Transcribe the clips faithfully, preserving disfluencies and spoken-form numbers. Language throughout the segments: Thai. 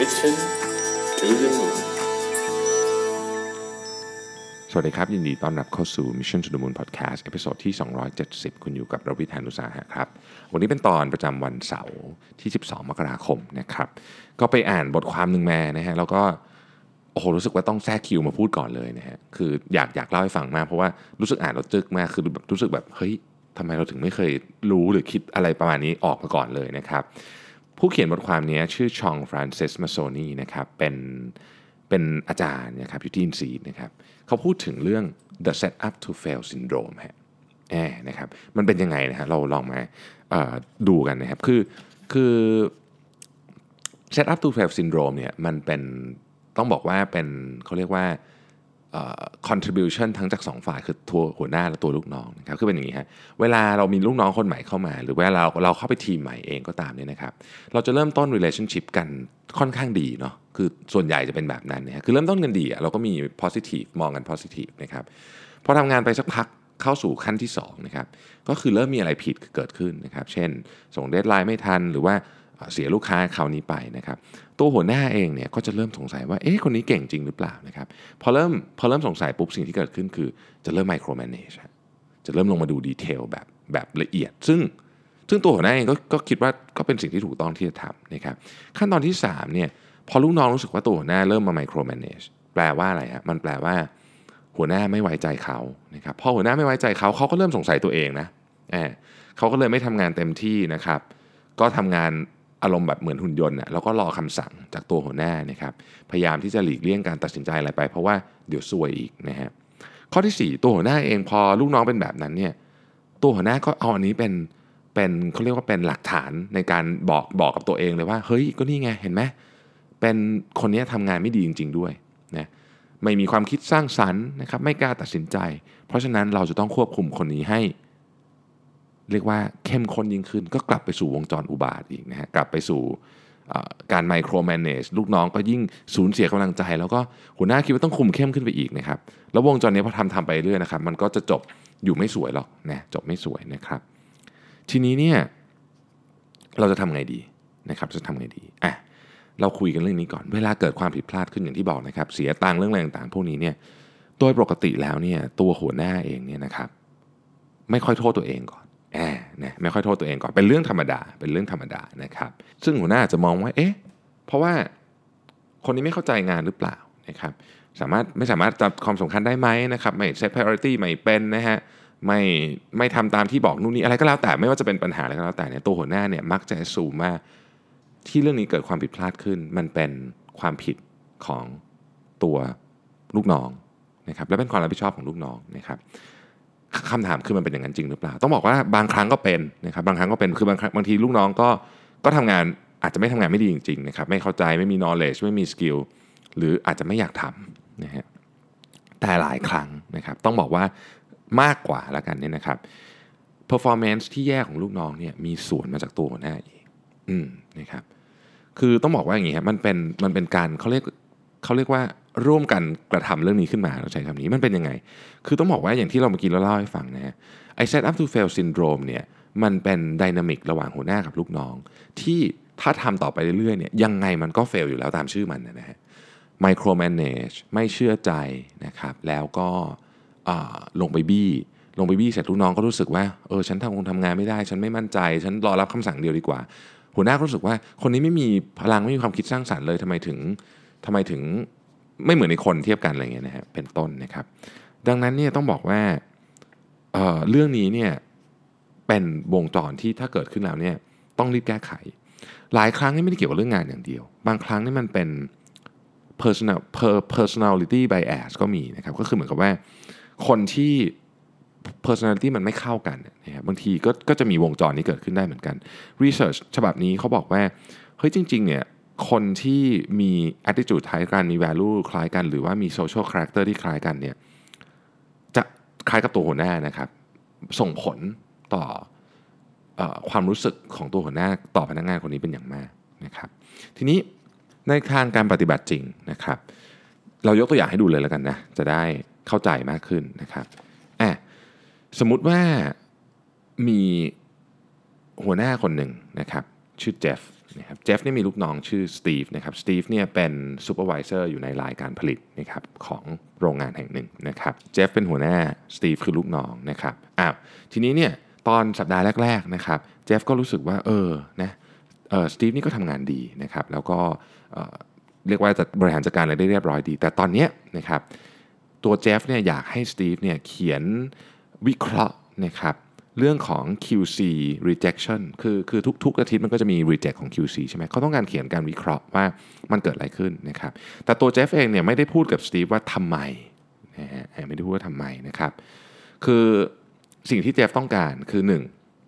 Mission to the Moon สวัสดีครับยินดีต้อนรับเข้าสู่ Mission to the Moon Podcast เอพิโซดที่สองร้อยเจ็ดสิบคุณอยู่กับรวิทย์ หาญอุตสาหะครับวันนี้เป็นตอนประจำวันเสาร์ที่สิบสองมกราคมนะครับก็ไปอ่านบทความหนึ่งมานะฮะแล้วก็โอ้โหรู้สึกว่าต้องแทรกคิวมาพูดก่อนเลยนะฮะคืออยากอยากเล่าให้ฟังมากเพราะว่ารู้สึกอ่านแล้วจึกมากคือแบบรู้สึกแบบเฮ้ยทำไมเราถึงไม่เคยรู้หรือคิดอะไรประมาณนี้ออกมาก่อนเลยนะครับผู้เขียนบทความนี้ชื่อชองฟรานซิสมาโซนีนะครับเป็นเป็นอาจารย์นะครับอยู่ที่ Insead นะครับเขาพูดถึงเรื่อง the set up to fail syndrome ฮะแอบนะครับมันเป็นยังไงนะฮะเราลองมาเอ่อดูกันนะครับคือคือ set up to fail syndrome เนี่ยมันเป็นต้องบอกว่าเป็นเขาเรียกว่าเอ่อ contribution ทั้งจากสองฝ่ายคือตัวหัวหน้าและตัวลูกน้องนะครับคือเป็นอย่างนี้ฮะเวลาเรามีลูกน้องคนใหม่เข้ามาหรือเวลาเราเราเข้าไปทีมใหม่เองก็ตามเนี่ยนะครับเราจะเริ่มต้น relationship กันค่อนข้างดีเนาะคือส่วนใหญ่จะเป็นแบบนั้นนะฮะคือเริ่มต้นกันดีอะเราก็มี positive มองกัน positive นะครับพอทำงานไปสักพักเข้าสู่ขั้นที่สองนะครับก็คือเริ่มมีอะไรผิดเกิดขึ้นนะครับเช่นส่งเดดไลน์ไม่ทันหรือว่าเสียลูกค้าคราวนี้ไปนะครับตัวหัวหน้าเองเนี่ยก็จะเริ่มสงสัยว่าเอ๊ะคนนี้เก่งจริงหรือเปล่านะครับพอเริ่มพอเริ่มสงสัยปุ๊บสิ่งที่เกิดขึ้นคือจะเริ่ม micro manage จะเริ่มลงมาดูดีเทลแบบแบบละเอียดซึ่งซึ่งตัวหัวหน้าเองก็ก็คิดว่าก็เป็นสิ่งที่ถูกต้องที่จะทำนะครับขั้นตอนที่สามเนี่ยพอลูกน้องรู้สึกว่าตัวหัวหน้าเริ่มมา micro manage แปลว่าอะไรฮะมันแปลว่าหัวหน้าไม่ไว้ใจเขานะครับพอหัวหน้าไม่ไว้ใจเขาเขาก็เริ่มสงสัยตัวเองนะเออเขาก็เลยไม่ทำงานเต็มที่นะครับก็ทำงานอารมณ์แบบเหมือนหุ่นยนต์น่ะแล้วก็รอคำสั่งจากตัวหัวหน้านะครับพยายามที่จะหลีกเลี่ยงการตัดสินใจอะไรไปเพราะว่าเดี๋ยวซวยอีกนะฮะข้อที่สี่ตัวหัวหน้าเองพอลูกน้องเป็นแบบนั้นเนี่ยตัวหัวหน้าก็เอาอันนี้เป็นเป็นเขาเรียกว่าเป็นหลักฐานในการบอกบอกกับตัวเองเลยว่าเฮ้ยก็นี่ไงเห็นไหมเป็นคนนี้ทำงานไม่ดีจริงๆด้วยนะไม่มีความคิดสร้างสรรค์นะครับไม่กล้าตัดสินใจเพราะฉะนั้นเราจะต้องควบคุมคนนี้ให้เรียกว่าเข้มข้นยิ่งขึ้นก็กลับไปสู่วงจรอุบาทอีกนะฮะกลับไปสู่การไมโครแมเนจลูกน้องก็ยิ่งสูญเสียกำลังใจแล้วก็หัวหน้าคิดว่าต้องคุมเข้มขึ้นไปอีกนะครับแล้ววงจรนี้พอทำทำไปเรื่อยนะครับมันก็จะจบอยู่ไม่สวยหรอกนะจบไม่สวยนะครับทีนี้เนี่ยเราจะทำไงดีนะครับจะทำไงดีอ่ะเราคุยกันเรื่องนี้ก่อนเวลาเกิดความผิดพลาดขึ้นอย่างที่บอกนะครับเสียตังค์เรื่องอะไรต่างๆพวกนี้เนี่ยโดยปกติแล้วเนี่ยตัวหัวหน้าเองเนี่ยนะครับไม่ค่อยโทษตัวเองก่อนแอบนะไม่ค่อยโทษตัวเองก่อนเป็นเรื่องธรรมดาเป็นเรื่องธรรมดานะครับซึ่งหัวหน้าอาจจะมองว่าเอ๊ะเพราะว่าคนนี้ไม่เข้าใจงานหรือเปล่านะครับสามารถไม่สามารถจับความสำคัญได้ไหมนะครับไม่ set priority ไม่เป็นนะฮะไม่ไม่ทำตามที่บอกนู่นนี่อะไรก็แล้วแต่ไม่ว่าจะเป็นปัญหาอะไรก็แล้วแต่เนี่ยตัวหัวหน้าเนี่ยมักจะ assume ว่าที่เรื่องนี้เกิดความผิดพลาดขึ้นมันเป็นความผิดของตัวลูกน้องนะครับและเป็นความรับผิดชอบของลูกน้องนะครับคำถามคือมันเป็นอย่างนั้นจริงหรือเปล่าต้องบอกว่าบางครั้งก็เป็นนะครับบางครั้งก็เป็นคือบางบางทีลูกน้องก็ก็ทำงานอาจจะไม่ทำงานไม่ดีจริงๆนะครับไม่เข้าใจไม่มี knowledge ไม่มี skill หรืออาจจะไม่อยากทำนะฮะแต่หลายครั้งนะครับต้องบอกว่ามากกว่าแล้วกันเนี่ยนะครับ performance ที่แย่ของลูกน้องเนี่ยมีส่วนมาจากตัวหัวหน้าเองอืมนะครับคือต้องบอกว่าอย่างนี้ครับมันเป็นมันเป็นการเขาเรียกเขาเรียกว่าร่วมกันกระทำเรื่องนี้ขึ้นมาเราใช้คำนี้มันเป็นยังไงคือต้องบอกว่าอย่างที่เราเมื่อกี้เราเล่าให้ฟังนะฮะไอ้ set up to fail syndrome เนี่ยมันเป็นไดนามิกระหว่างหัวหน้ากับลูกน้องที่ถ้าทำต่อไปเรื่อยๆเนี่ยยังไงมันก็ fail อยู่แล้วตามชื่อมันนะฮะ micro manage ไม่เชื่อใจนะครับแล้วก็ลงไปบี้ลงไปบี้เสร็จลูกน้องก็รู้สึกว่าเออฉันทำคงทำงานไม่ได้ฉันไม่มั่นใจฉันรอรับคำสั่งเดียวดีกว่าหัวหน้าก็รู้สึกว่าคนนี้ไม่มีพลังไม่มีความคิดสร้างสรรค์เลยทำไมถึงทำไมถึงไม่เหมือนในคนเทียบกันอะไรเงี้ยนะฮะเป็นต้นนะครับดังนั้นเนี่ยต้องบอกว่าเอ่อเรื่องนี้เนี่ยเป็นวงจรที่ถ้าเกิดขึ้นแล้วเนี่ยต้องรีบแก้ไขหลายครั้งนี่ไม่ได้เกี่ยวกับเรื่องงานอย่างเดียวบางครั้งนี่มันเป็น personal personality bias ก็มีนะครับก็คือเหมือนกับว่าคนที่ personality มันไม่เข้ากันนะครับบางทีก็ก็จะมีวงจรนี้เกิดขึ้นได้เหมือนกัน research ฉบับนี้เขาบอกว่าเฮ้ยจริงๆเนี่ยคนที่มี attitude คล้ายกันมี value คล้ายกันหรือว่ามี social character ที่คล้ายกันเนี่ยจะคล้ายกับตัวหัวหน้านะครับส่งผลต่อเอ่อความรู้สึกของตัวหัวหน้าต่อพนักงานคนนี้เป็นอย่างมากนะครับทีนี้ในทางการปฏิบัติจริงนะครับเรายกตัวอย่างให้ดูเลยแล้วกันนะจะได้เข้าใจมากขึ้นนะครับอ่ะสมมุติว่ามีหัวหน้าคนหนึ่งนะครับชื่อเจฟนะครับเจฟเนี่ยมีลูกน้องชื่อสตีฟนะครับสตีฟเนี่ยเป็นซูเปอร์วิเซอร์อยู่ในรายการผลิตนะครับของโรงงานแห่งหนึ่งนะครับเจฟเป็นหัวหน้าสตีฟคือลูกน้องนะครับอ้าวทีนี้เนี่ยตอนสัปดาห์แรกๆนะครับเจฟก็รู้สึกว่าเออนะเออสตีฟนี่ก็ทำงานดีนะครับแล้วก็เอ่อเรียกว่าจะบริหารจัดการอะไรได้เรียบร้อยดีแต่ตอนเนี้ยนะครับตัวเจฟเนี่ยอยากให้สตีฟเนี่ยเขียนวิเคราะห์นะครับเรื่องของ คิว ซี rejection คือคือทุกๆอาทิตย์มันก็จะมี reject ของ คิว ซี ใช่ไหมเขาต้องการเขียนการวิเคราะห์ว่ามันเกิดอะไรขึ้นนะครับแต่ตัวเจฟเองเนี่ยไม่ได้พูดกับสตีฟว่าทำไมนะฮะไม่ได้พูดว่าทำไมนะครับคือสิ่งที่เจฟต้องการคือหนึ่ง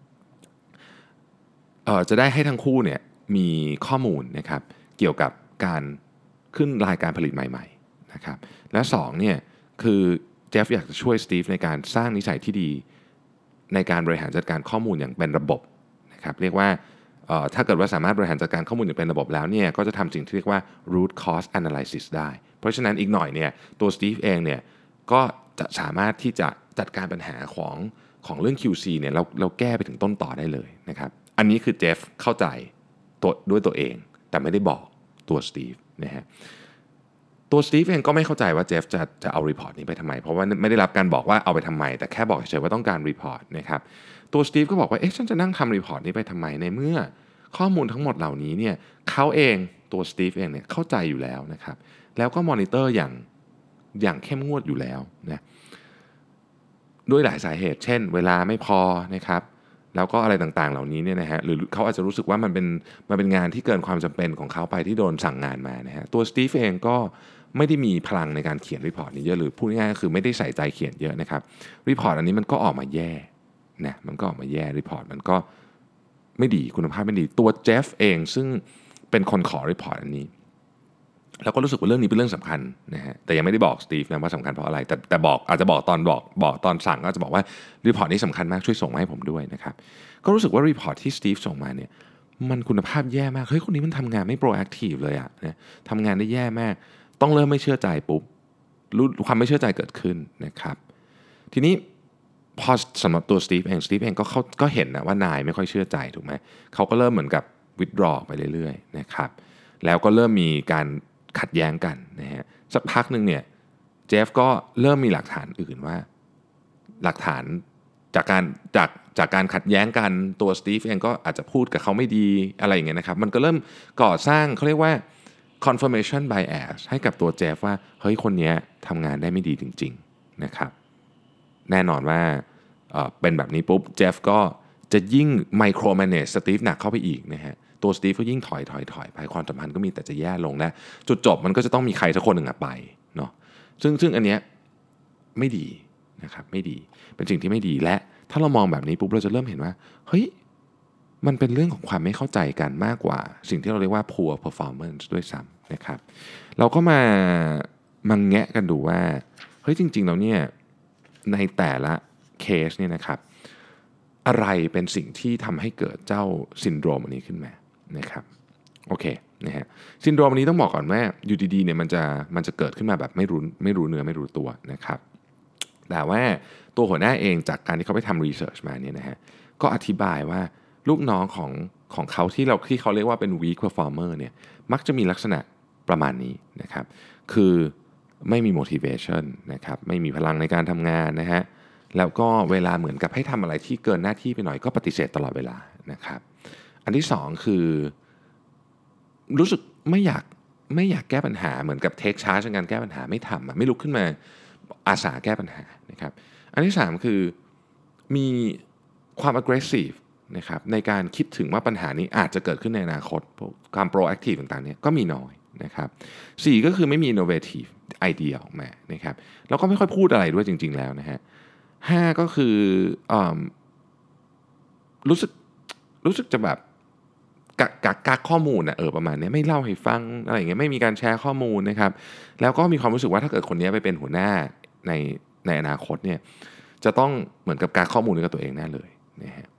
เอ่อจะได้ให้ทั้งคู่เนี่ยมีข้อมูลนะครับเกี่ยวกับการขึ้นรายการผลิตใหม่ๆนะครับและสองเนี่ยคือเจฟอยากจะช่วยสตีฟในการสร้างนิสัยที่ดีในการบริหารจัดการข้อมูลอย่างเป็นระบบนะครับเรียกว่าถ้าเกิดว่าสามารถบริหารจัดการข้อมูลอย่างเป็นระบบแล้วเนี่ยก็จะทำสิ่งที่เรียกว่า root cause analysis ได้เพราะฉะนั้นอีกหน่อยเนี่ยตัวสตีฟเองเนี่ยก็จะสามารถที่จะจัดการปัญหาของของเรื่อง คิว ซี เนี่ยเราเราแก้ไปถึงต้นต่อได้เลยนะครับอันนี้คือเจฟเข้าใจตัวด้วยตัวเองแต่ไม่ได้บอกตัวสตีฟนะฮะตัวสตีฟเองก็ไม่เข้าใจว่าเจฟจะจะเอารีพอร์ตนี้ไปทำไมเพราะว่าไม่ได้รับการบอกว่าเอาไปทำไมแต่แค่บอกเฉยๆว่าต้องการรีพอร์ตนะครับตัวสตีฟก็บอกว่าเอ๊ะฉันจะนั่งทำรีพอร์ตนี้ไปทำไมในเมื่อข้อมูลทั้งหมดเหล่านี้เนี่ยเขาเองตัวสตีฟเองเนี่ยเข้าใจอยู่แล้วนะครับแล้วก็มอนิเตอร์อย่างอย่างเข้มงวดอยู่แล้วนะด้วยหลายสาเหตุเช่นเวลาไม่พอนะครับแล้วก็อะไรต่างๆเหล่านี้เนี่ยนะฮะหรือเขาอาจจะรู้สึกว่ามันเป็นมันเป็นงานที่เกินความจำเป็นของเขาไปที่โดนสั่งงานมานะฮะตัวสตีฟเองก็ไม่ได้มีพลังในการเขียนรีพอร์ตนี้เยอะหรือพูดง่ายๆก็คือไม่ได้ใส่ใจเขียนเยอะนะครับรีพอร์ตอันนี้มันก็ออกมาแย่นะมันก็ออกมาแย่รีพอร์ตมันก็ไม่ดีคุณภาพไม่ดีตัวเจฟเองซึ่งเป็นคนขอรีพอร์ตอันนี้แล้วก็รู้สึกว่าเรื่องนี้เป็นเรื่องสำคัญนะฮะแต่ยังไม่ได้บอกสตีฟนะว่าสำคัญเพราะอะไรแต่แต่บอกอาจจะบอกตอนบอกบอกตอนสั่งก็จะบอกว่ารีพอร์ตนี้สำคัญมากช่วยส่งมาให้ผมด้วยนะครับก็รู้สึกว่ารีพอร์ตที่สตีฟส่งมาเนี่ยมันคุณภาพแย่มากเฮ้ยคนนี้มันทำงานไม่โปรแอคทีฟเลยอะนะทำงานได้แย่มากต้องเริ่มไม่เชื่อใจปุ๊บรู้ความไม่เชื่อใจเกิดขึ้นนะครับทีนี้พอสำหรับตัวสตีฟเองสตีฟเองก็เขาก็เห็นนะว่านายไม่ค่อยเชื่อใจถูกไหมเขาก็เริ่มเหมือนกับ withdraw ไปเรื่อยๆนะครับแล้วก็เริ่มมีการขัดแย้งกันนะฮะสักพักหนึ่งเนี่ยเจฟก็เริ่มมีหลักฐานอื่นว่าหลักฐานจากการจากจากการขัดแย้งกันตัวสตีฟเองก็อาจจะพูดกับเขาไม่ดีอะไรอย่างเงี้ยนะครับมันก็เริ่มก่อสร้างเขาเรียกว่า confirmation bias ให้กับตัวเจฟว่าเฮ้ยคนนี้ทำงานได้ไม่ดีจริงๆนะครับแน่นอนว่าเอ่อเป็นแบบนี้ปุ๊บเจฟก็จะยิ่ง micromanage สตีฟหนักเข้าไปอีกนะฮะตัวสตีฟก็ยิ่งถอยถอยถอยไปความสัมพันธ์ก็มีแต่จะแย่ลงและจุดจบมันก็จะต้องมีใครสักคนหนึ่งไปเนาะซึ่งซึ่งอันเนี้ยไม่ดีนะครับไม่ดีเป็นสิ่งที่ไม่ดีและถ้าเรามองแบบนี้ปุ๊บเราจะเริ่มเห็นว่าเฮ้ยมันเป็นเรื่องของความไม่เข้าใจกันมากกว่าสิ่งที่เราเรียกว่า poor performance ด้วยซ้ำนะครับเราก็มามาแงะกันดูว่าเฮ้ยจริงๆแล้วเนี่ยในแต่ละเคสเนี่ยนะครับอะไรเป็นสิ่งที่ทำให้เกิดเจ้าซินโดรมอันนี้ขึ้นมานะครับโอเคนะฮะซินโดรมอันนี้ต้องบอกก่อนว่าอยู่ดีๆเนี่ยมันจะมันจะเกิดขึ้นมาแบบไม่รู้ไม่รู้เนื้อไม่รู้ตัวนะครับแต่ว่าตัวหัวหน้าเองจากการที่เขาไปทำรีเสิร์ชมาเนี่ยนะฮะก็อธิบายว่าลูกน้องของของเขาที่เราที่เขาเรียกว่าเป็น weak performer เนี่ยมักจะมีลักษณะประมาณนี้นะครับคือไม่มี motivation นะครับไม่มีพลังในการทำงานนะฮะแล้วก็เวลาเหมือนกับให้ทำอะไรที่เกินหน้าที่ไปหน่อยก็ปฏิเสธตลอดเวลานะครับอันที่สองคือรู้สึกไม่อยากไม่อยากแก้ปัญหาเหมือนกับเทคชาร์จในการแก้ปัญหาไม่ทำไม่ลุกขึ้นมาอาสาแก้ปัญหานะครับอันที่สามคือมีความ aggressive นะครับในการคิดถึงว่าปัญหานี้อาจจะเกิดขึ้นในอนาคตความ proactive ต่างๆเนี่ยก็มีน้อยนะครับสี่ก็คือไม่มี innovative idea ออกมานะครับแล้วก็ไม่ค่อยพูดอะไรด้วยจริงๆแล้วนะฮะห้าก็คืออรู้สึกรู้สึกจะแบบกักกักกักข้อมูลนะเออประมาณนี้ไม่เล่าให้ฟังอะไรอย่างเงี้ยไม่มีการแชร์ข้อมูลนะครับแล้วก็มีความรู้สึกว่าถ้าเกิดคนนี้ไปเป็นหัวหน้าในในอนาคตเนี่ยจะต้องเหมือนกับกักข้อมูลกับตัวเองแน่เลยนะฮะ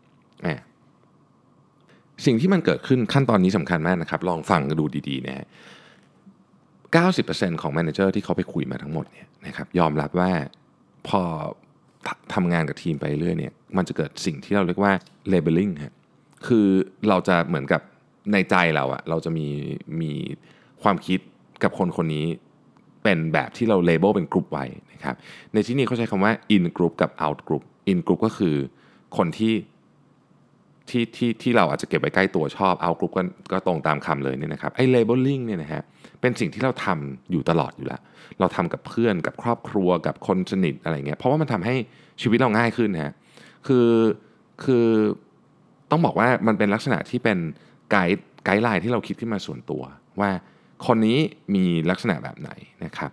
สิ่งที่มันเกิดขึ้นขั้นตอนนี้สำคัญมากนะครับลองฟังดูดีๆนะฮะ เก้าสิบเปอร์เซ็นต์ ของแมเนเจอร์ที่เขาไปคุยมาทั้งหมดเนี่ยนะครับยอมรับว่าพอทำงานกับทีมไปเรื่อยเนี่ยมันจะเกิดสิ่งที่เราเรียกว่า labeling ฮะคือเราจะเหมือนกับในใจเราอะเราจะมีมีความคิดกับคนคนนี้เป็นแบบที่เราเลเบลเป็นกลุ่มไว้นะครับในที่นี้เขาใช้คำว่า in group กับ out group in group ก็คือคนที่ที่ที่ที่เราอาจจะเก็บไว้ใกล้ตัวชอบ out group ก็ก็ตรงตามคำเลยเนี่ยนะครับไอ้ labeling เนี่ยนะฮะเป็นสิ่งที่เราทำอยู่ตลอดอยู่แล้วเราทำกับเพื่อนกับครอบครัวกับคนสนิทอะไรเงี้ยเพราะว่ามันทำให้ชีวิตเราง่ายขึ้นนะฮะคือคือต้องบอกว่ามันเป็นลักษณะที่เป็นไกด์ไกด์ไลน์ที่เราคิดขึ้นมาส่วนตัวว่าคนนี้มีลักษณะแบบไหนนะครับ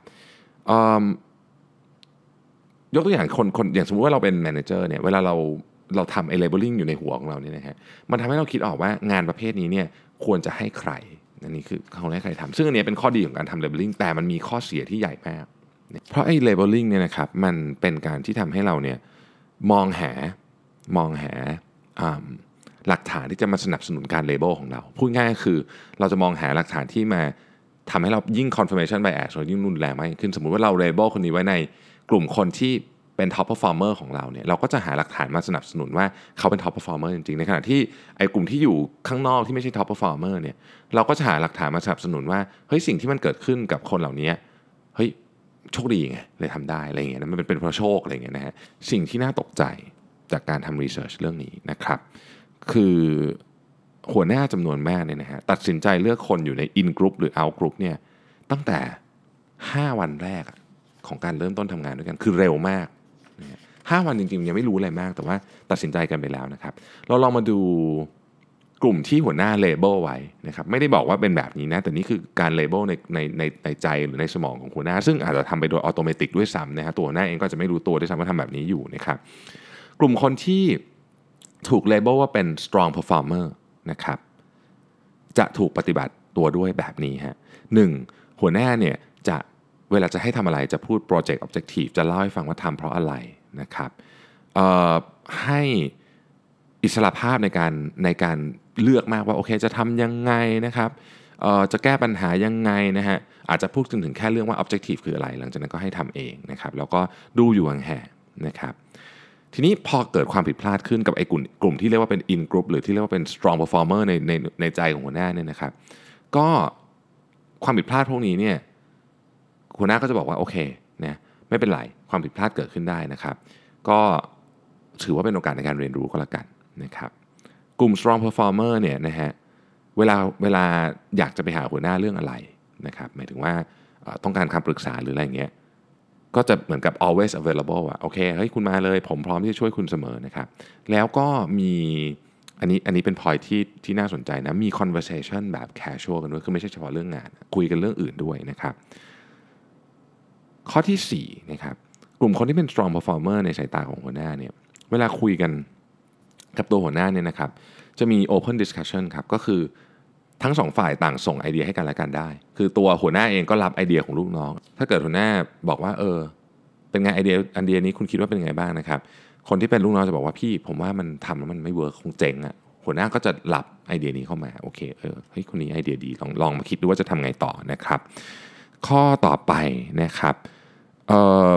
ยกตัวอย่างคนคนอย่างสมมติว่าเราเป็นแมเนเจอร์เนี่ยเวลาเราเราทำไอ้ labeling อยู่ในหัวของเราเนี่ยนะฮะมันทำให้เราคิดออกว่างานประเภทนี้เนี่ยควรจะให้ใครอันนี้คือเขาให้ใครทำซึ่งอันนี้เป็นข้อดีของการทำ labeling แต่มันมีข้อเสียที่ใหญ่มากเพราะไอ้ labeling เนี่ยนะครับมันเป็นการที่ทำให้เราเนี่ยมองหามองหาหลักฐานที่จะมาสนับสนุนการ label ของเราพูดง่ายก็คือเราจะมองหาหลักฐานที่มาทำให้เรายิ่ง confirmation bias เรายิ่งรุนแรงมากขึ้นสมมุติว่าเรา label คนนี้ไว้ในกลุ่มคนที่เป็น top performer ของเราเนี่ยเราก็จะหาหลักฐานมาสนับสนุนว่าเขาเป็น top performer จริงๆในขณะที่ไอ้กลุ่มที่อยู่ข้างนอกที่ไม่ใช่ top performer เนี่ยเราก็จะหาหลักฐานมาสนับสนุนว่าเฮ้ยสิ่งที่มันเกิดขึ้นกับคนเหล่านี้เฮ้ยโชคดีไงเลยทำได้อะไรอย่างเงี้ยมันเป็นเป็นเพราะโชคอะไรอย่างเงี้ยนะฮะสิ่งที่น่าตกใจจากการทำ research เรื่องนี้นะครับคือหัวหน้าจำนวนมากเนี่ยนะฮะตัดสินใจเลือกคนอยู่ใน in group หรือ out group เนี่ยตั้งแต่ห้าวันแรกของการเริ่มต้นทำงานด้วยกันคือเร็วมากห้าวันจริงๆยังไม่รู้อะไรมากแต่ว่าตัดสินใจกันไปแล้วนะครับเราลองมาดูกลุ่มที่หัวหน้าเลเบลไว้นะครับไม่ได้บอกว่าเป็นแบบนี้นะแต่นี่คือการเลเบลในในในในใจหรือในสมองของหัวหน้าซึ่งอาจจะทำไปโดยอัตโนมัติด้วยซ้ำนะฮะตัวหัวหน้าเองก็จะไม่รู้ตัวด้วยซ้ำว่าทำแบบนี้อยู่นะครับกลุ่มคนที่ถูกเลเบลว่าเป็น strong performer นะครับจะถูกปฏิบัติตัวด้วยแบบนี้ฮะหนึ่งหัวหน้าเนี่ยจะเวลาจะให้ทำอะไรจะพูด project objective จะเล่าให้ฟังว่าทำเพราะอะไรนะครับให้อิสระภาพในการในการเลือกมากว่าโอเคจะทำยังไงนะครับจะแก้ปัญหายังไงนะฮะอาจจะพูดถึงถึงแค่เรื่องว่า objective คืออะไรหลังจากนั้นก็ให้ทำเองนะครับแล้วก็ดูอยู่ห่างๆนะครับทีนี้พอเกิดความผิดพลาดขึ้นกับไอ้กลุ่มกลุ่มที่เรียกว่าเป็น in group หรือที่เรียกว่าเป็น strong performer ในในในใจของหัวหน้าเนี่ยนะครับก็ความผิดพลาดพวกนี้เนี่ยหัวหน้าก็จะบอกว่าโอเคนะไม่เป็นไรความผิดพลาดเกิดขึ้นได้นะครับก็ถือว่าเป็นโอกาสในการเรียนรู้ก็แล้วกันนะครับกลุ่ม strong performer เนี่ยนะฮะเวลาเวลาอยากจะไปหาหัวหน้าเรื่องอะไรนะครับหมายถึงว่าต้องการคำปรึกษาหรืออะไรเงี้ยก็จะเหมือนกับ always available อ่ะโอเคเฮ้ยคุณมาเลยผมพร้อมที่จะช่วยคุณเสมอนะครับแล้วก็มีอันนี้อันนี้เป็น point ที่ที่น่าสนใจนะมี conversation แบบ casual กันด้วยคือไม่ใช่เฉพาะเรื่องงานคุยกันเรื่องอื่นด้วยนะครับข้อที่สี่นะครับกลุ่มคนที่เป็น strong performer ในสายตาของหัวหน้าเนี่ยเวลาคุยกันกับตัวหัวหน้าเนี่ยนะครับจะมี open discussion ครับก็คือทั้งสองฝ่ายต่างส่งไอเดียให้กันและกันได้คือตัวหัวหน้าเองก็รับไอเดียของลูกน้องถ้าเกิดหัวหน้าบอกว่าเออเป็นไงไอเดียไอเดียนี้คุณคิดว่าเป็นไงบ้างนะครับคนที่เป็นลูกน้องจะบอกว่าพี่ผมว่ามันทำแล้วมันไม่เวิร์คคงเจ๋งอ่ะหัวหน้าก็จะรับไอเดียนี้เข้ามาโอเคเออเฮ้ยคนนี้ไอเดียดีลองลองมาคิดดูว่าจะทำไงต่อนะครับข้อต่อไปนะครับเอ่อ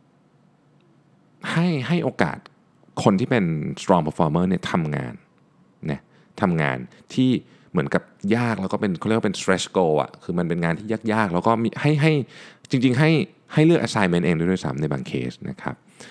ให้ให้โอกาสคนที่เป็น strong performer เนี่ยทำงานนะทำงานที่เหมือนกับยากแล้วก็เป็นเขาเรียกว่าเป็น stretch goal อ่ะคือมันเป็นงานที่ยากๆแล้วก็มีให้ให้จริงๆให้ให้เลือก assignment เองด้วยซ้ำในบางเคสนะครับ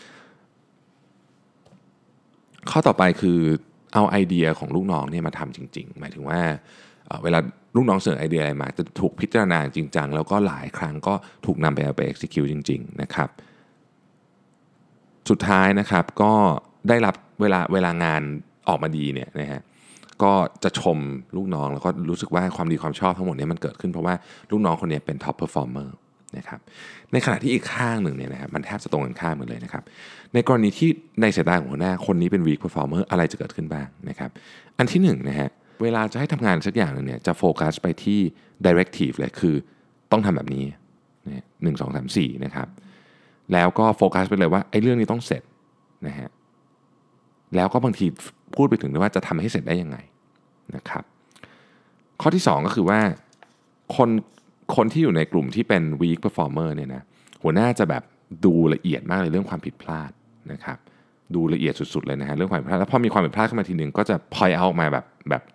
ข้อต่อไปคือเอาไอเดียของลูกน้องเนี่ยมาทำจริงๆหมายถึงว่าเวลาลูกน้องเสนอไอเดียอะไรมาจะถูกพิจารณาจริงจังแล้วก็หลายครั้งก็ถูกนำไปเอาไป execute จริงๆนะครับสุดท้ายนะครับก็ได้รับเวลาเวลางานออกมาดีเนี่ยนะฮะก็จะชมลูกน้องแล้วก็รู้สึกว่าความดีความชอบทั้งหมดนี้มันเกิดขึ้นเพราะว่าลูกน้องคนนี้เป็น top performer นะครับในขณะที่อีกข้างหนึ่งเนี่ยนะครับมันแทบจะตรงกันข้ามกันเลยนะครับในกรณีที่ในสายตาของหัวหน้าคนนี้เป็น weak performer อะไรจะเกิดขึ้นบ้างนะครับอันที่หนึ่งนะฮะเวลาจะให้ทำงานสักอย่างนึงเนี่ยจะโฟกัสไปที่ directive เลยคือต้องทำแบบนี้นะหนึ่ง สอง สาม สี่นะครับแล้วก็โฟกัสไปเลยว่าไอ้เรื่องนี้ต้องเสร็จนะฮะแล้วก็บางทีพูดไปถึงด้วยว่าจะทำให้เสร็จได้ยังไงนะครับข้อที่สองก็คือว่าคนคนที่อยู่ในกลุ่มที่เป็น weak performer เนี่ยนะหัวหน้าจะแบบดูละเอียดมากเลยเรื่องความผิดพลาดนะครับดูละเอียดสุดๆเลยนะฮะเรื่องความผิดพลาดแล้วพอมีความผิดพลาดขึ้นมาทีนึงก็จะ point out มาแบบแบบ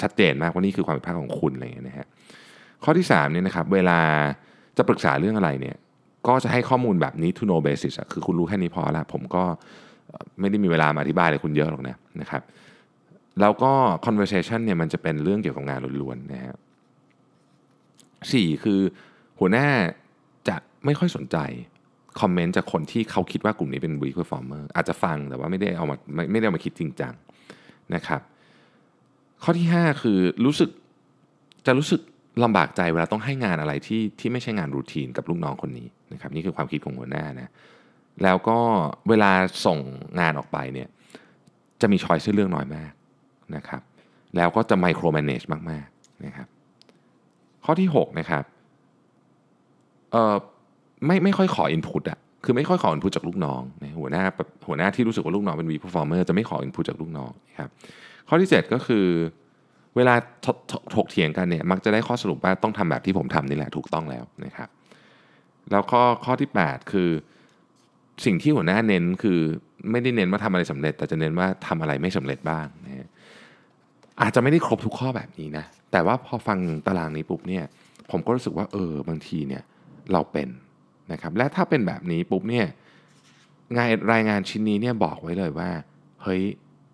ชัดเจนมากว่านี่คือความผิดพลาดของคุณอะไรอย่างเงี้ยนะฮะข้อที่สามเนี่ยนะครับเวลาจะปรึกษาเรื่องอะไรเนี่ยก็จะให้ข้อมูลแบบนี้ to know basis อะคือคุณรู้แค่นี้พอละผมก็ไม่ได้มีเวลามาอธิบายอะไรคุณเยอะหรอกนะนะครับแล้วก็ conversation เนี่ยมันจะเป็นเรื่องเกี่ยวกับงานล้วนๆนะฮะสี่คือหัวหน้าจะไม่ค่อยสนใจคอมเมนต์จากคนที่เขาคิดว่ากลุ่มนี้เป็น weak performer อาจจะฟังแต่ว่าไม่ได้เอามาไม่ไม่ได้เอามาคิดจริงจังนะครับข้อที่ห้าคือรู้สึกจะรู้สึกลำบากใจเวลาต้องให้งานอะไรที่ที่ไม่ใช่งานรูทีนกับลูกน้องคนนี้นะครับนี่คือความคิดของหัวหน้านะแล้วก็เวลาส่งงานออกไปเนี่ยจะมีช้อยส์ให้เลือกน้อยมากนะครับแล้วก็จะไมโครแมเนจมากๆนะครับข้อที่หกนะครับเอ่อไม่ไม่ค่อยขอ input อะคือไม่ค่อยขอ input จากลูกน้องนะหัวหน้าหัวหน้าที่รู้สึกว่าลูกน้องเป็น weak performer จะไม่ขอ input จากลูกน้องครับข้อที่เจ็ดก็คือเวลาถกเถียงกันเนี่ยมักจะได้ข้อสรุปว่าต้องทำแบบที่ผมทำนี่แหละถูกต้องแล้วนะครับแล้วข้อข้อที่แปดคือสิ่งที่หัวหน้าเน้นคือไม่ได้เน้นว่าทำอะไรสำเร็จแต่จะเน้นว่าทำอะไรไม่สำเร็จบ้างนะอาจจะไม่ได้ครบทุกข้อแบบนี้นะแต่ว่าพอฟังตารางนี้ปุ๊บเนี่ยผมก็รู้สึกว่าเออบางทีเนี่ยเราเป็นนะครับและถ้าเป็นแบบนี้ปุ๊บเนี่ยงานรายงานชิ้นนี้เนี่ยบอกไว้เลยว่าเฮ้ย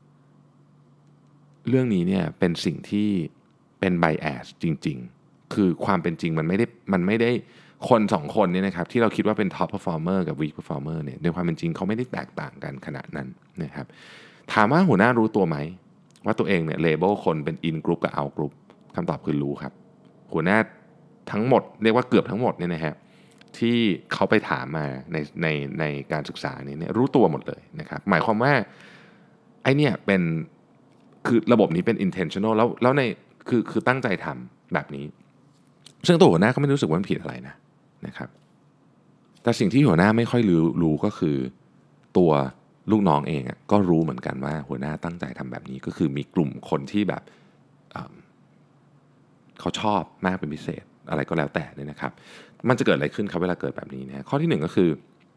เรื่องนี้เนี่ยเป็นสิ่งที่เป็น bias จริงๆคือความเป็นจริงมันไม่ได้มันไม่ได้คนสองคนเนี่ยนะครับที่เราคิดว่าเป็น top performer กับ weak performer เนี่ยในความเป็นจริงเขาไม่ได้แตกต่างกันขนาดนั้นนะครับถามว่าหัวหน้ารู้ตัวไหมว่าตัวเองเนี่ย label คนเป็น in group กับ out group คำตอบคือรู้ครับหัวหน้าทั้งหมดเรียกว่าเกือบทั้งหมดเนี่ยนะฮะที่เขาไปถามมาในในในการศึกษานี้เนี่ยรู้ตัวหมดเลยนะครับหมายความว่าไอ้เนี่ยเป็นคือระบบนี้เป็น intentional แล้วแล้วในคือคือตั้งใจทำแบบนี้ซึ่งตัวหัวหน้าก็ไม่รู้สึกว่ามันผิดอะไรนะนะครับแต่สิ่งที่หัวหน้าไม่ค่อยรู้รู้ก็คือตัวลูกน้องเองก็รู้เหมือนกันว่าหัวหน้าตั้งใจทำแบบนี้ก็คือมีกลุ่มคนที่แบบเขาชอบมากเป็นพิเศษอะไรก็แล้วแต่เนี่ยนะครับมันจะเกิดอะไรขึ้นครับเวลาเกิดแบบนี้นะข้อที่หนึ่งก็คือ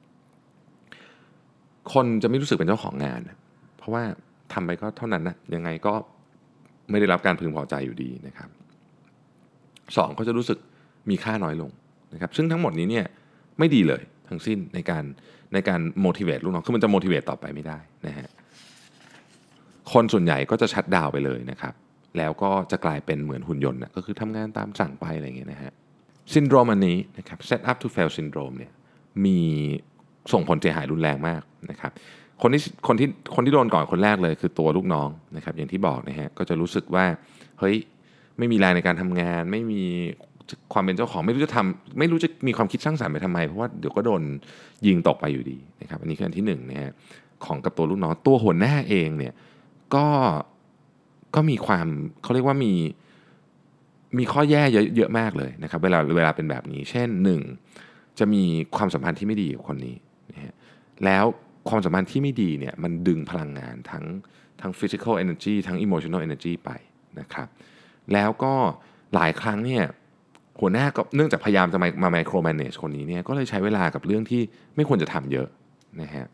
คนจะไม่รู้สึกเป็นเจ้าของงานเพราะว่าทำไปก็เท่านั้นนะยังไงก็ไม่ได้รับการพึงพอใจอยู่ดีนะครับสองเขาจะรู้สึกมีค่าน้อยลงนะครับซึ่งทั้งหมดนี้เนี่ยไม่ดีเลยทั้งสิ้นในการในการ motivate ลูกน้องคือมันจะ motivate ต่อไปไม่ได้นะฮะคนส่วนใหญ่ก็จะชัตดาวน์ไปเลยนะครับแล้วก็จะกลายเป็นเหมือนหุ่นยนต์นะก็คือทำงานตามสั่งไปอะไรอย่างเงี้ยนะฮะซินโดรมอันนี้นะครับ set up to fail syndrome เนี่ยมีส่งผลเสียหายรุนแรงมากนะครับคนที่คนที่คนที่โดนก่อนคนแรกเลยคือตัวลูกน้องนะครับอย่างที่บอกนะฮะก็จะรู้สึกว่าเฮ้ยไม่มีแรงในการทำงานไม่มีความเป็นเจ้าของไม่รู้จะทำไม่รู้จะมีความคิดสร้างสรรค์ไปทำไมเพราะว่าเดี๋ยวก็โดนยิงตกไปอยู่ดีนะครับอันนี้คืออันที่หนึ่งนะฮะของกับตัวลูกน้องตัวหัวหน้าเองเนี่ยก็ก็มีความเขาเรียกว่ามีมีข้อแย่เยอะเยอะมากเลยนะครับเวลาเวลาเป็นแบบนี้เช่นหนึ่งจะมีความสัมพันธ์ที่ไม่ดีกับคนนี้นะฮะแล้วความสัมพันธ์ที่ไม่ดีเนี่ยมันดึงพลังงานทั้งทั้ง physical energy ทั้ง emotional energy ไปนะครับแล้วก็หลายครั้งเนี่ยหัวหน้าก็เนื่องจากพยายามจะมามา micro manage คนนี้เนี่ยก็เลยใช้เวลากับเรื่องที่ไม่ควรจะทำเยอะนะฮะ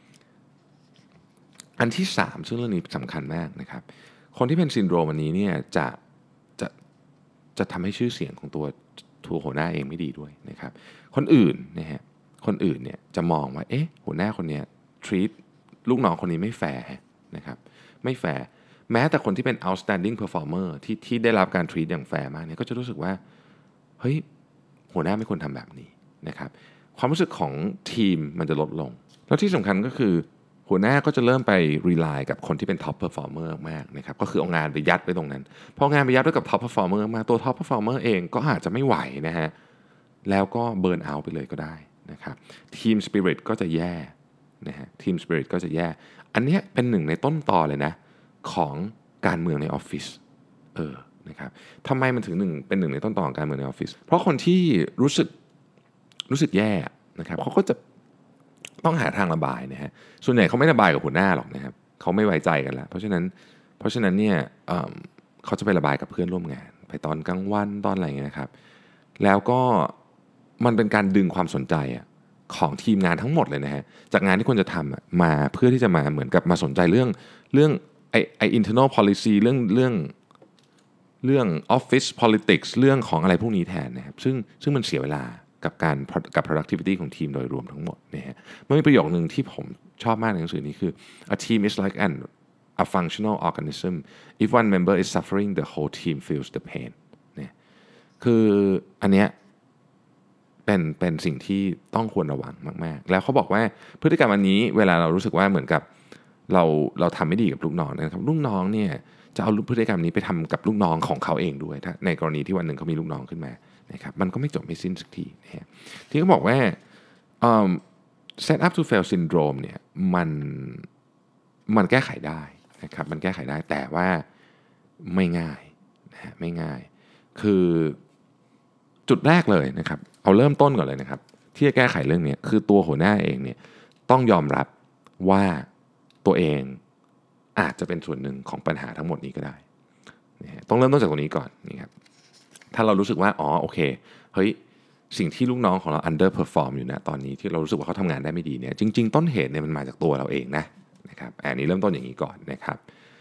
อันที่สามซึ่งเรื่องนี้สำคัญมากนะครับคนที่เป็นซินโดรมอันนี้เนี่ยจะจะจะทำให้ชื่อเสียงของตัวตัวหัวหน้าเองไม่ดีด้วยนะครับคนอื่นนะฮะคนอื่นเนี่ยจะมองว่าเอ๊ะหัวหน้าคนเนี้ย treat ลูกน้องคนนี้ไม่แฟร์นะครับไม่แฟร์แม้แต่คนที่เป็น outstanding performer ที่ที่ได้รับการ treat อย่างแฟร์มากเนี่ยก็จะรู้สึกว่าเฮ้ยหัวหน้าไม่ควรทำแบบนี้นะครับความรู้สึกของทีมมันจะลดลงแล้วที่สำคัญก็คือหัวหน้าก็จะเริ่มไป rely กับคนที่เป็น top performer มากนะครับก็คือเอางานไปยัดไว้ตรงนั้นพองานไปยัดไว้กับ top performer มาตัว top performer เองก็อาจจะไม่ไหวนะฮะแล้วก็ burn out ไปเลยก็ได้นะครับ team spirit ก็จะแย่นะฮะ team spirit ก็จะแย่อันนี้เป็นหนึ่งในต้นตอเลยนะของการเมืองในออฟฟิศเออนะครับทำไมมันถึงหนึ่งเป็นหนึ่งในต้นตอของการเมืองในออฟฟิศเพราะคนที่รู้สึกรู้สึกแย่นะครับเขาก็จะต้องหาทางระบายนะฮะส่วนใหญ่เขาไม่ระบายกับหัวหน้าหรอกนะครับเขาไม่ไว้ใจกันแล้วเพราะฉะนั้นเพราะฉะนั้นเนี่ย เอ่อ เขาจะไประบายกับเพื่อนร่วมงานไปตอนกลางวันตอนอะไรอย่างเงี้ยนะครับแล้วก็มันเป็นการดึงความสนใจของทีมงานทั้งหมดเลยนะฮะจากงานที่ควรจะทำมาเพื่อที่จะมาเหมือนกับมาสนใจเรื่องเรื่องไอ้ไอ้ internal policy เรื่องเรื่องเรื่อง office politics เรื่องของอะไรพวกนี้แทนนะครับซึ่งซึ่งมันเสียเวลากับการกับ productivity ของทีมโดยรวมทั้งหมดนะฮะมันมีประโยคนึงที่ผมชอบมากในหนังสือนี้คือ a team is like an a functional organism if one member is suffering the whole team feels the pain เนี่ยคืออันเนี้ยเป็นเป็นสิ่งที่ต้องควรระวังมากๆแล้วเขาบอกว่าพฤติกรรมอันนี้เวลาเรารู้สึกว่าเหมือนกับเราเราทำไม่ดีกับลูกน้องนะครับลูกน้องเนี่ยจะเอาพฤติกรรมนี้ไปทำกับลูกน้องของเขาเองด้วยถ้าในกรณีที่วันหนึ่งเขามีลูกน้องขึ้นมานะครับมันก็ไม่จบไม่สิ้นสักทีนะฮะที่เขาบอกว่า um, set up to fail syndrome เนี่ยมันมันแก้ไขได้นะครับมันแก้ไขได้แต่ว่าไม่ง่ายนะฮะไม่ง่ายคือจุดแรกเลยนะครับเอาเริ่มต้นก่อนเลยนะครับที่จะแก้ไขเรื่องนี้คือตัวหัวหน้าเองเนี่ยต้องยอมรับว่าตัวเองอาจจะเป็นส่วนหนึ่งของปัญหาทั้งหมดนี้ก็ได้นะฮะต้องเริ่มต้นจากตรงนี้ก่อนนี่ครับถ้าเรารู้สึกว่าอ๋อโอเคเฮ้ยสิ่งที่ลูกน้องของเรา underperform อยู่นะตอนนี้ที่เรารู้สึกว่าเขาทำงานได้ไม่ดีเนี่ยจริงๆต้นเหตุเนี่ยมันมาจากตัวเราเองนะนะครับอันนี้เริ่มต้นอย่างนี้ก่อนนะครับ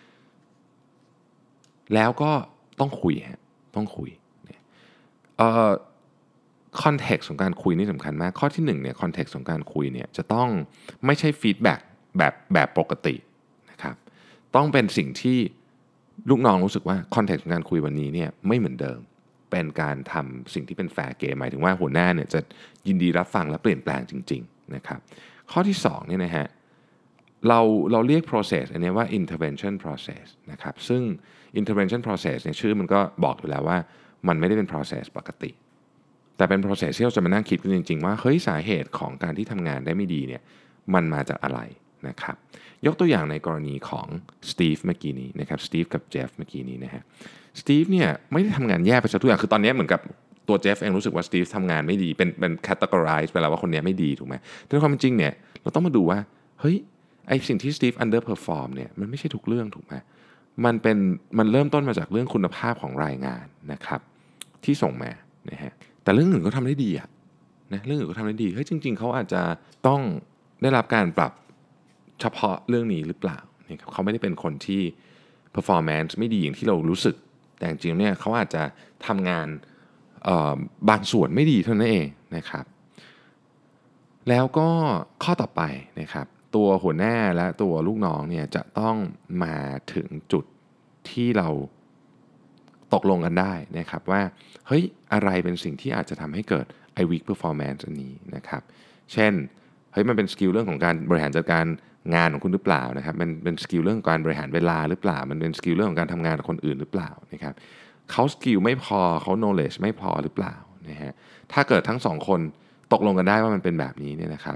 แล้วก็ต้องคุยฮะต้องคุยเอ่อคอนเท็กซ์ของการคุยนี่สำคัญมากข้อที่หนึ่งเนี่ยคอนเท็กซ์ของการคุยเนี่ยจะต้องไม่ใช่ฟีดแบ็กแบบแบบปกตินะครับต้องเป็นสิ่งที่ลูกน้องรู้สึกว่าคอนเท็กซ์ของการคุยวันนี้เนี่ยไม่เหมือนเดิมเป็นการทำสิ่งที่เป็นแฟร์เกมหมายถึงว่าหัวหน้าเนี่ยจะยินดีรับฟังและเปลี่ยนแปลงจริงๆนะครับข้อที่สองเนี่ยนะฮะเราเราเรียก process อันนี้ว่า intervention process นะครับซึ่ง intervention process เนี่ยชื่อมันก็บอกอยู่แล้วว่ามันไม่ได้เป็น process ปกติแต่เป็น process ที่เราจะมานั่งคิดกันจริงๆว่าเฮ้ยสาเหตุของการที่ทำงานได้ไม่ดีเนี่ยมันมาจากอะไรนะครับยกตัวอย่างในกรณีของสตีฟเมื่อกี้นี้นะครับสตีฟกับเจฟเมื่อกี้นี้นะฮะสตีฟเนี่ยไม่ได้ทำงานแย่ไปซะทุกอย่างคือตอนนี้เหมือนกับตัวเจฟเองรู้สึกว่าสตีฟทำงานไม่ดีเป็นเป็น categorize ไปแล้วว่าคนนี้ไม่ดีถูกไหมแต่ความจริงเนี่ยเราต้องมาดูว่าเฮ้ยไอสิ่งที่สตีฟ underperform เนี่ยมันไม่ใช่ทุกเรื่องถูกไหมมันเป็นมันเริ่มต้นมาจากเรื่องคุณภาพของรายงานนะครับที่ส่งมานะฮะแต่เรื่องอื่นก็ทำได้ดีอะนะเรื่องอื่นก็ทำได้ดีเฮ้ยจริงๆเขาอาจจะต้องได้รับการปรับเฉพาะเรื่องนี้หรือเปล่านะครับเขาไม่ได้เป็นคนที่ performance ไม่ดีอย่างที่เรารู้สึกแต่จริงๆเนี่ยเขาอาจจะทำงานบางส่วนไม่ดีเท่านั้นเองนะครับแล้วก็ข้อต่อไปนะครับตัวหัวหน้าและตัวลูกน้องเนี่ยจะต้องมาถึงจุดที่เราตกลงกันได้นะครับว่าเฮ้ยอะไรเป็นสิ่งที่อาจจะทำให้เกิดไอ้ weak performance อันนี้นะครับเช่นเฮ้ยมันเป็นสกิลเรื่องของการบริหารจัดการงานของคุณหรือเปล่านะครับมันเป็นสกิลเรื่องของการบริหารเวลาหรือเปล่ามันเป็นสกิลเรื่องของการทำงานกับคนอื่นหรือเปล่านะครับเขาสกิลไม่พอเขา knowledge ไม่พอหรือเปล่านะฮะถ้าเกิดทั้งสองคนตกลงกันได้ว่ามันเป็นแบบนี้เนี่ยนะครับ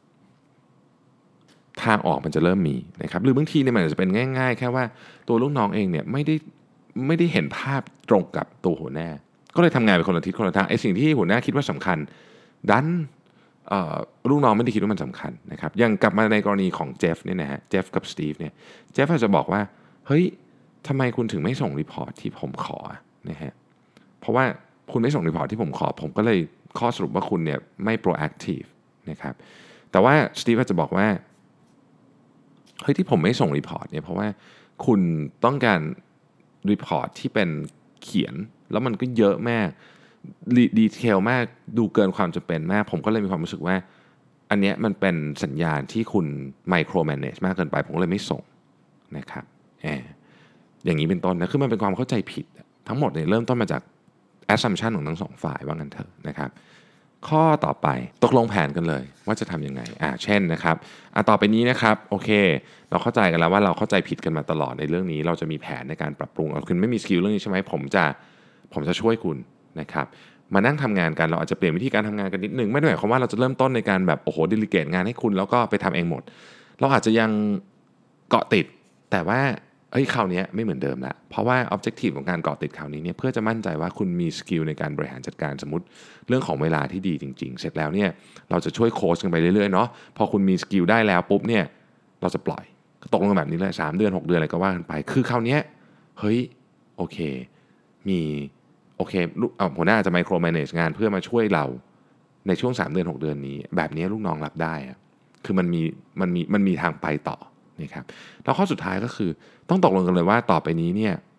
ทางออกมันจะเริ่มมีนะครับหรือบางทีเนี่ยมันอาจจะเป็นง่ายๆแค่ว่าตัวลูกน้องเองเนี่ยไม่ได้ไม่ได้เห็นภาพตรงกับตัวหัวหน้าก็เลยทำงานไปคนละทิศคนละทางไอ้สิ่งที่หัวหน้าคิดว่าสำคัญดันลูกน้องไม่ได้คิดว่ามันสำคัญนะครับยังกลับมาในกรณีของเจฟเนี่ยนะฮะเจฟกับสตีฟเนี่ยเจฟอาจจะบอกว่าเฮ้ยทำไมคุณถึงไม่ส่งรีพอร์ตที่ผมขอนะฮะเพราะว่าคุณไม่ส่งรีพอร์ตที่ผมขอผมก็เลยข้อสรุปว่าคุณเนี่ยไม่ proactive นะครับแต่ว่าสตีฟอาจจะบอกว่าเฮ้ยที่ผมไม่ส่งรีพอร์ตเนี่ยเพราะว่าคุณต้องการรีพอร์ตที่เป็นเขียนแล้วมันก็เยอะมากดีเทลมากดูเกินความจำเป็นมากผมก็เลยมีความรู้สึกว่าอันเนี้ยมันเป็นสัญญาณที่คุณไมโครแมเนจมากเกินไปผมก็เลยไม่ส่งนะครับแอบอย่างนี้เป็นต้นนะคือมันเป็นความเข้าใจผิดทั้งหมดเนี่ยเริ่มต้นมาจาก assumption ของทั้งสองฝ่ายว่างั้นเถอะนะครับข้อต่อไปตกลงแผนกันเลยว่าจะทำยังไงอ่าเช่นนะครับอ่ะต่อไปนี้นะครับโอเคเราเข้าใจกันแล้วว่าเราเข้าใจผิดกันมาตลอดในเรื่องนี้เราจะมีแผนในการปรับปรุงคุณไม่มีสกิลเรื่องนี้ใช่ไหมผมจะผมจะช่วยคุณนะครับมานั่งทำงานกันเราอาจจะเปลี่ยนวิธีการทำงานกันนิดนึงไม่ได้หมายความว่าเราจะเริ่มต้นในการแบบโอ้โหดิลิเกตงานให้คุณแล้วก็ไปทำเองหมดเราอาจจะยังเกาะติดแต่ว่าเอ้ยคราวนี้ไม่เหมือนเดิมละเพราะว่า objective ของการเกาะติดคราวนี้เนี่ยเพื่อจะมั่นใจว่าคุณมีสกิลในการบริหารจัดการสมมติเรื่องของเวลาที่ดีจริงๆเสร็จแล้วเนี่ยเราจะช่วยโค้ชกันไปเรื่อยๆเนาะพอคุณมีสกิลได้แล้วปุ๊บเนี่ยเราจะปล่อยตกลงกันแบบนี้เลยสามเดือนหกเดือนอะไรก็ว่ากันไปคือคราวนี้เฮ้ยโอเคมีโอเคหัวหน้าจะไมโครแมเนจงานเพื่อมาช่วยเราในช่วงสามเดือนหกเดือนนี้แบบนี้ลูกน้องรับได้คือมันมีมันมีมันมีทางไปต่อนะครับแล้วข้อสุดท้ายก็คือต้องตกลงกันเลยว่าต่อไปนี้เนี่ย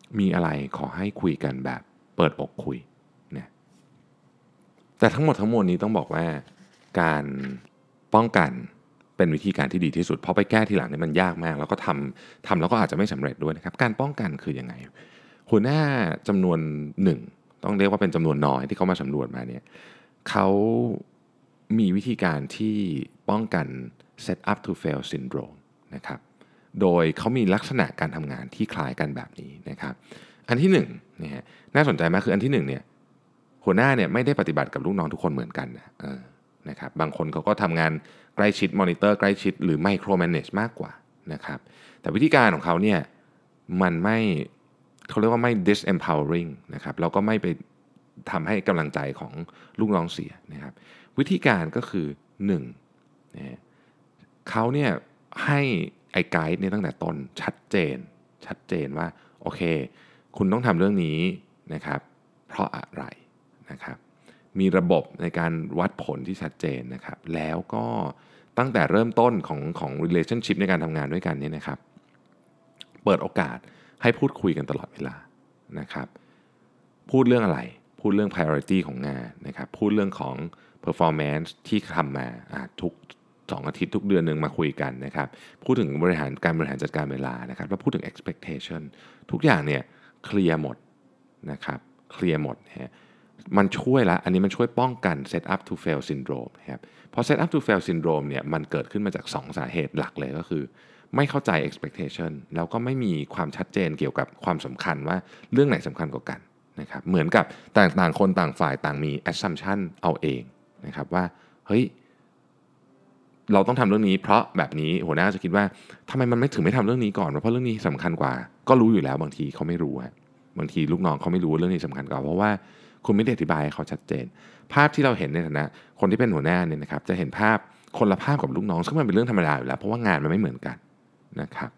มีอะไรขอให้คุยกันแบบเปิดอกคุยนะแต่ทั้งหมดทั้งมวลนี้ต้องบอกว่าการป้องกันเป็นวิธีการที่ดีที่สุดเพราะไปแก้ทีหลังเนี่ยมันยากมากแล้วก็ทำทำแล้วก็อาจจะไม่สำเร็จด้วยนะครับการป้องกันคือยังไงหัวหน้าจำนวนหนึ่งต้องเรียกว่าเป็นจำนวนน้อยที่เขามาสำรวจมาเนี่ยเขามีวิธีการที่ป้องกัน set up to fail syndrome นะครับโดยเขามีลักษณะการทำงานที่คล้ายกันแบบนี้นะครับอันที่หนึ่งนะฮะน่าสนใจมากคืออันที่หนึ่งเนี่ยหัวหน้าเนี่ยไม่ได้ปฏิบัติกับลูกน้องทุกคนเหมือนกันนะเออนะครับบางคนเขาก็ทำงานใกล้ชิดมอนิเตอร์ใกล้ชิดหรือไมโครแมเนจมากกว่านะครับแต่วิธีการของเขาเนี่ยมันไม่เขาเรียกว่าไม่ disempowering นะครับแล้วก็ไม่ไปทำให้กำลังใจของลูกน้องเสียนะครับวิธีการก็คือหนึ่งนะฮะเขาเนี่ยให้ไอ้ไกด์เนี่ยตั้งแต่ต้นชัดเจนชัดเจนว่าโอเคคุณต้องทำเรื่องนี้นะครับเพราะอะไรนะครับมีระบบในการวัดผลที่ชัดเจนนะครับแล้วก็ตั้งแต่เริ่มต้นของของ relationship ในการทำงานด้วยกันเนี่ยนะครับเปิดโอกาสให้พูดคุยกันตลอดเวลานะครับพูดเรื่องอะไรพูดเรื่อง priority ของงานนะครับพูดเรื่องของ performance ที่ทำมาทุกสองอาทิตย์ทุกเดือนหนึ่งมาคุยกันนะครับพูดถึงบริหารการบริหารจัดการเวลานะครับแล้วพูดถึง expectation ทุกอย่างเนี่ยเคลียร์หมดนะครับเคลียร์หมดนะฮะมันช่วยละอันนี้มันช่วยป้องกัน set up to fail syndrome นะครับเพราะ set up to fail syndrome เนี่ยมันเกิดขึ้นมาจากสองสาเหตุหลักเลยก็คือไม่เข้าใจ expectation แล้วก็ไม่มีความชัดเจนเกี่ยวกับความสำคัญว่าเรื่องไหนสำคัญกว่ากันนะครับเหมือนกับต่างต่างคนต่างฝ่ายต่างมี assumption เอาเองนะครับว่าเฮ้ยเราต้องทำเรื่องนี้เพราะแบบนี้หัวหน้าจะคิดว่าทำไมมันไม่ถึงไม่ทำเรื่องนี้ก่อนเพราะเรื่องนี้สำคัญกว่าก็รู้อยู่แล้วบางทีเขาไม่รู้ฮะบางทีลูกน้องเขาไม่รู้ว่าเรื่องนี้สำคัญกว่าเพราะว่าคุณไม่ได้อธิบายให้เขาชัดเจนภาพที่เราเห็นในฐานะคนที่เป็นหัวหน้าเนี่ยนะครับจะเห็นภาพคนละภาพกับลูกน้องซึ่งมันเป็นเรื่องธรรมดาอยู่แล้วเพราะว่างานมันไม่เหมือนกันนะครับ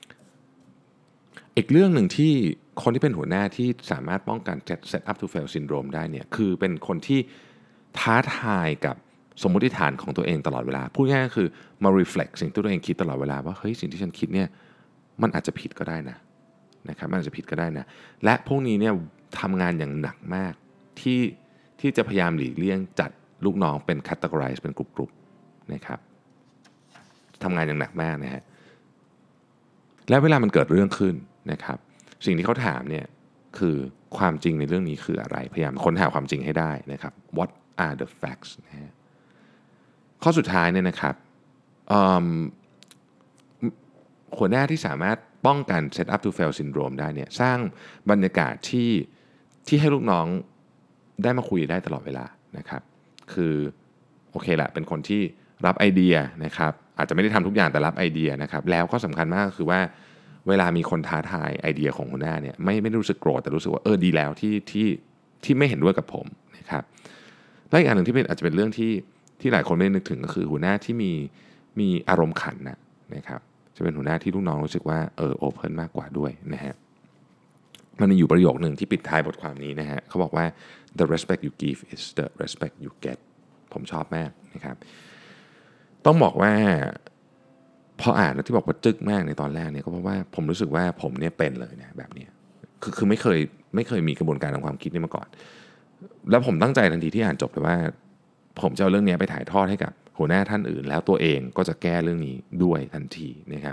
อีกเรื่องหนึ่งที่คนที่เป็นหัวหน้าที่สามารถป้องกัน set up to fail syndrome ได้เนี่ยคือเป็นคนที่ท้าทายกับสมมติฐานของตัวเองตลอดเวลาพูดง่ายๆคือมา reflect สิ่งที่ตัวเองคิดตลอดเวลาว่าเฮ้ยสิ่งที่ฉันคิดเนี่ยมันอาจจะผิดก็ได้นะนะครับมันอาจจะผิดก็ได้นะและพวกนี้เนี่ยทำงานอย่างหนักมากที่ที่จะพยายามหลีกเลี่ยงจัดลูกน้องเป็น categorize เป็นกลุ่มๆนะครับทำงานอย่างหนักมากนะฮะและเวลามันเกิดเรื่องขึ้นนะครับสิ่งที่เขาถามเนี่ยคือความจริงในเรื่องนี้คืออะไรพยายามค้นหาความจริงให้ได้นะครับ what are the facts นะฮะข้อสุดท้ายเนี่ยนะครับหัวหน้าที่สามารถป้องกัน set up to fail syndrome ได้เนี่ยสร้างบรรยากาศที่ที่ให้ลูกน้องได้มาคุยได้ตลอดเวลานะครับคือโอเคแหละเป็นคนที่รับไอเดียนะครับอาจจะไม่ได้ทำทุกอย่างแต่รับไอเดียนะครับแล้วก็สำคัญมากคือว่าเวลามีคนท้าทายไอเดียของหัวหน้าเนี่ยไม่ไม่รู้สึกโกรธแต่รู้สึกว่าเออดีแล้วที่ที่ที่ไม่เห็นด้วยกับผมนะครับและอีกอันหนึ่งที่เป็นอาจจะเป็นเรื่องที่ที่หลายคนไม่นึกถึงก็คือหัวหน้าที่มีมีอารมณ์ขันนะนะครับจะเป็นหัวหน้าที่ลูกน้องรู้สึกว่าเออโอเพ่นมากกว่าด้วยนะฮะมันมีอยู่ประโยคหนึ่งที่ปิดท้ายบทความนี้นะฮะเขาบอกว่า the respect you give is the respect you get ผมชอบมากนะครับต้องบอกว่าพออ่านแล้วที่บอกว่าจึ๊กมากในตอนแรกเนี่ยก็เพราะว่าผมรู้สึกว่าผมเนี่ยเป็นเลยนะแบบนี้คือคือไม่เคยไม่เคยมีกระบวนการทางความคิดนี้มาก่อนแล้วผมตั้งใจทันทีที่อ่านจบเลยว่าผมจะเอาเรื่องนี้ไปถ่ายทอดให้กับหัวหน้าท่านอื่นแล้วตัวเองก็จะแก้เรื่องนี้ด้วยทันทีนะครับ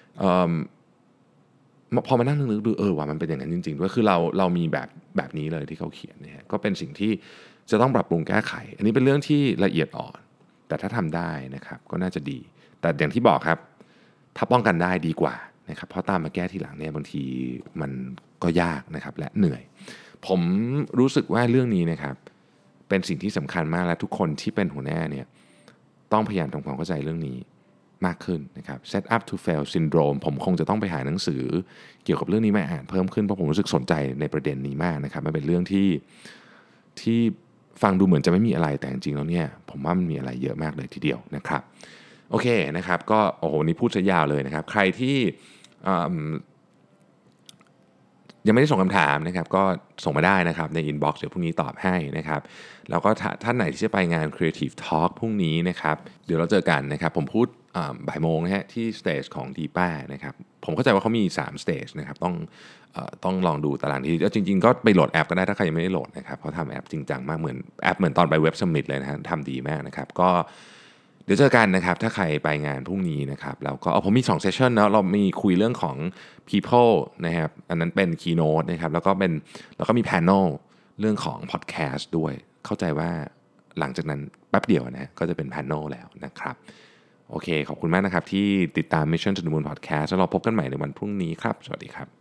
พอมานั่งนึกดูเออว่ามันเป็นอย่างนั้นจริงๆด้วยคือเราเรามีแบบแบบนี้เลยที่เขาเขียนนะฮะก็เป็นสิ่งที่จะต้องปรับปรุงแก้ไขอันนี้เป็นเรื่องที่ละเอียดอ่อนแต่ถ้าทำได้นะครับก็น่าจะดีแต่อย่างที่บอกครับถ้าป้องกันได้ดีกว่านะครับเพราะตามมาแก้ทีหลังเนี่ยบางทีมันก็ยากนะครับและเหนื่อยผมรู้สึกว่าเรื่องนี้นะครับเป็นสิ่งที่สำคัญมากและทุกคนที่เป็นหัวหน้าเนี่ยต้องพยายามทำความเข้าใจเรื่องนี้มากขึ้นนะครับ set up to fail syndrome ผมคงจะต้องไปหาหนังสือเกี่ยวกับเรื่องนี้มาอ่านเพิ่มขึ้นเพราะผมรู้สึกสนใจในประเด็นนี้มากนะครับมันเป็นเรื่องที่ที่ฟังดูเหมือนจะไม่มีอะไรแต่จริงๆแล้วเนี่ยผมว่ามันมีอะไรเยอะมากเลยทีเดียวนะครับโอเคนะครับก็โอ้โหนี่พูดซะยาวเลยนะครับใครที่ยังไม่ได้ส่งคำถามนะครับก็ส่งมาได้นะครับใน inbox เดี๋ยวพรุ่งนี้ตอบให้นะครับแล้วก็ท่านไหนที่จะไปงาน Creative Talk พรุ่งนี้นะครับเดี๋ยวเราเจอกันนะครับผมพูดอ่าบ่ายโมงนะฮะที่สเตจของดีป้านะครับผมเข้าใจว่าเขามีสามสเตจนะครับต้องเอ่อต้องลองดูตารางที่จริงๆก็ไปโหลดแอปก็ได้ถ้าใครยังไม่ได้โหลดนะครับเขาทำแอปจริงจังมากเหมือนแอปเหมือนตอนไปเว็บซัมมิตเลยนะฮะทำดีมากนะครับก็เดี๋ยวเจอกันนะครับถ้าใครไปงานพรุ่งนี้นะครับแล้วก็เอาผมมีสองเซสชันนะเรามีคุยเรื่องของ people นะครับอันนั้นเป็น keynote นะครับแล้วก็เป็นแล้วก็มี panel เรื่องของ podcast ด้วยเข้าใจว่าหลังจากนั้นแป๊บเดียวนะก็จะเป็น panel แล้วนะครับโอเคขอบคุณมากนะครับที่ติดตาม Mission to the Moon Podcast แล้วเราพบกันใหม่ในวันพรุ่งนี้ครับสวัสดีครับ